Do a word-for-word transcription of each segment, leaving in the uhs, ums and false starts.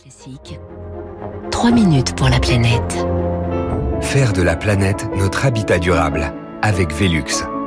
Classique. Trois minutes pour la planète. Faire de la planète notre habitat durable avec Velux.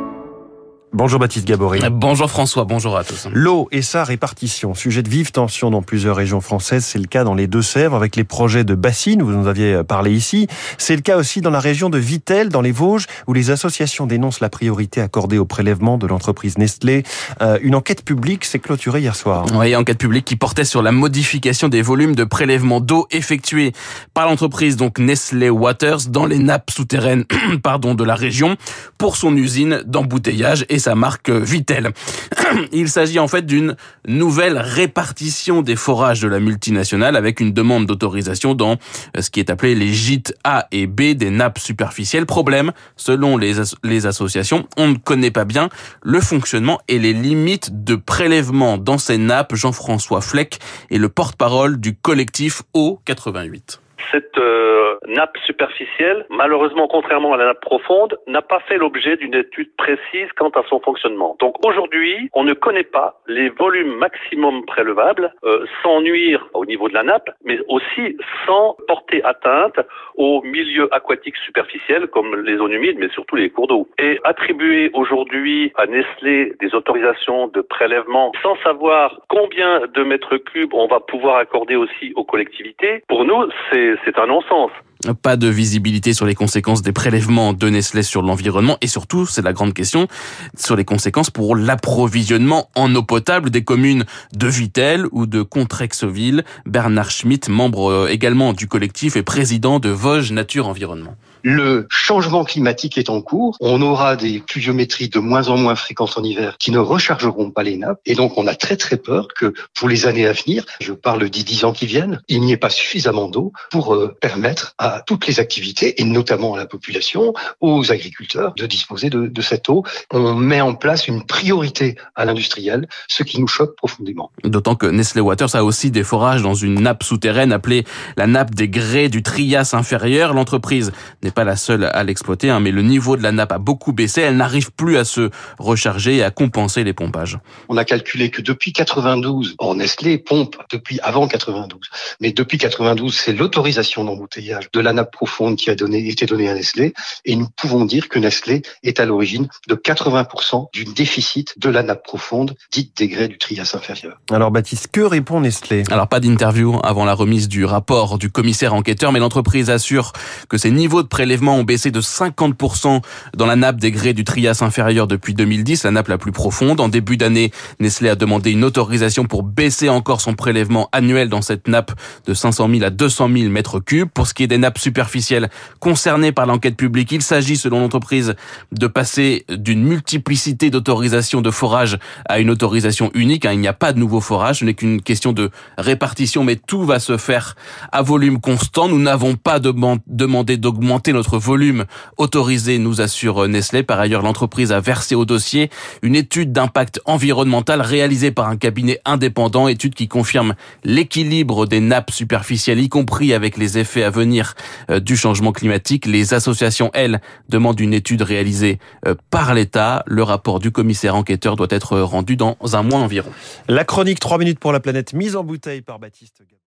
Bonjour Baptiste Gabory. Bonjour François, bonjour à tous. L'eau et sa répartition, sujet de vive tension dans plusieurs régions françaises. C'est le cas dans les Deux-Sèvres avec les projets de bassines, vous nous aviez parlé ici. C'est le cas aussi dans la région de Vittel, dans les Vosges, où les associations dénoncent la priorité accordée au prélèvement de l'entreprise Nestlé. Euh, une enquête publique s'est clôturée hier soir. Oui, enquête publique qui portait sur la modification des volumes de prélèvement d'eau effectués par l'entreprise donc Nestlé Waters dans les nappes souterraines pardon, de la région pour son usine d'embouteillage et sa marque Vittel. Il s'agit en fait d'une nouvelle répartition des forages de la multinationale avec une demande d'autorisation dans ce qui est appelé les gîtes A et B des nappes superficielles. Problème, selon les, as- les associations, on ne connaît pas bien le fonctionnement et les limites de prélèvement dans ces nappes. Jean-François Fleck est le porte-parole du collectif O quatre-vingt-huit. Cette euh, nappe superficielle, malheureusement, contrairement à la nappe profonde, n'a pas fait l'objet d'une étude précise quant à son fonctionnement. Donc aujourd'hui, on ne connaît pas les volumes maximum prélevables euh, sans nuire au niveau de la nappe, mais aussi sans porter atteinte aux milieux aquatiques superficiels comme les zones humides, mais surtout les cours d'eau. Et attribuer aujourd'hui à Nestlé des autorisations de prélèvement sans savoir combien de mètres cubes on va pouvoir accorder aussi aux collectivités, pour nous, c'est C'est un non-sens. Pas de visibilité sur les conséquences des prélèvements de Nestlé sur l'environnement et surtout, c'est la grande question, sur les conséquences pour l'approvisionnement en eau potable des communes de Vittel ou de Contrexoville. Bernard Schmitt, membre également du collectif et président de Vosges Nature Environnement. Le changement climatique est en cours. On aura des pluviométries de moins en moins fréquentes en hiver qui ne rechargeront pas les nappes. Et donc, on a très très peur que pour les années à venir, je parle des dix ans qui viennent, il n'y ait pas suffisamment d'eau pour euh, permettre à toutes les activités, et notamment à la population, aux agriculteurs, de disposer de, de cette eau. On met en place une priorité à l'industriel, ce qui nous choque profondément. D'autant que Nestlé Waters a aussi des forages dans une nappe souterraine appelée la nappe des grès du Trias inférieur. L'entreprise n'est pas la seule à l'exploiter, hein, mais le niveau de la nappe a beaucoup baissé. Elle n'arrive plus à se recharger et à compenser les pompages. On a calculé que depuis quatre-vingt-douze, or Nestlé pompe depuis avant quatre-vingt-douze, mais depuis quatre-vingt-douze, c'est l'autorisation d'embouteillage de la nappe profonde qui a donné, été donnée à Nestlé, et nous pouvons dire que Nestlé est à l'origine de quatre-vingts pour cent du déficit de la nappe profonde, dite des grès du Trias inférieur. Alors Baptiste, que répond Nestlé ? Alors pas d'interview avant la remise du rapport du commissaire enquêteur, mais l'entreprise assure que ses niveaux de prélèvement ont baissé de cinquante pour cent dans la nappe des grès du Trias inférieur depuis deux mille dix, la nappe la plus profonde. En début d'année, Nestlé a demandé une autorisation pour baisser encore son prélèvement annuel dans cette nappe de cinq cent mille à deux cent mille mètres cubes. Pour ce qui est des nappes superficielles concernées par l'enquête publique, il s'agit, selon l'entreprise, de passer d'une multiplicité d'autorisations de forage à une autorisation unique. Il n'y a pas de nouveau forage, ce n'est qu'une question de répartition, mais tout va se faire à volume constant. Nous n'avons pas demandé d'augmenter notre volume autorisé, nous assure Nestlé. Par ailleurs, l'entreprise a versé au dossier une étude d'impact environnemental réalisée par un cabinet indépendant, étude qui confirme l'équilibre des nappes superficielles, y compris avec les effets à venir du changement climatique. Les associations, elles, demandent une étude réalisée par l'État. Le rapport du commissaire enquêteur doit être rendu dans un mois environ. La chronique trois minutes pour la planète mise en bouteille par Baptiste Gabory.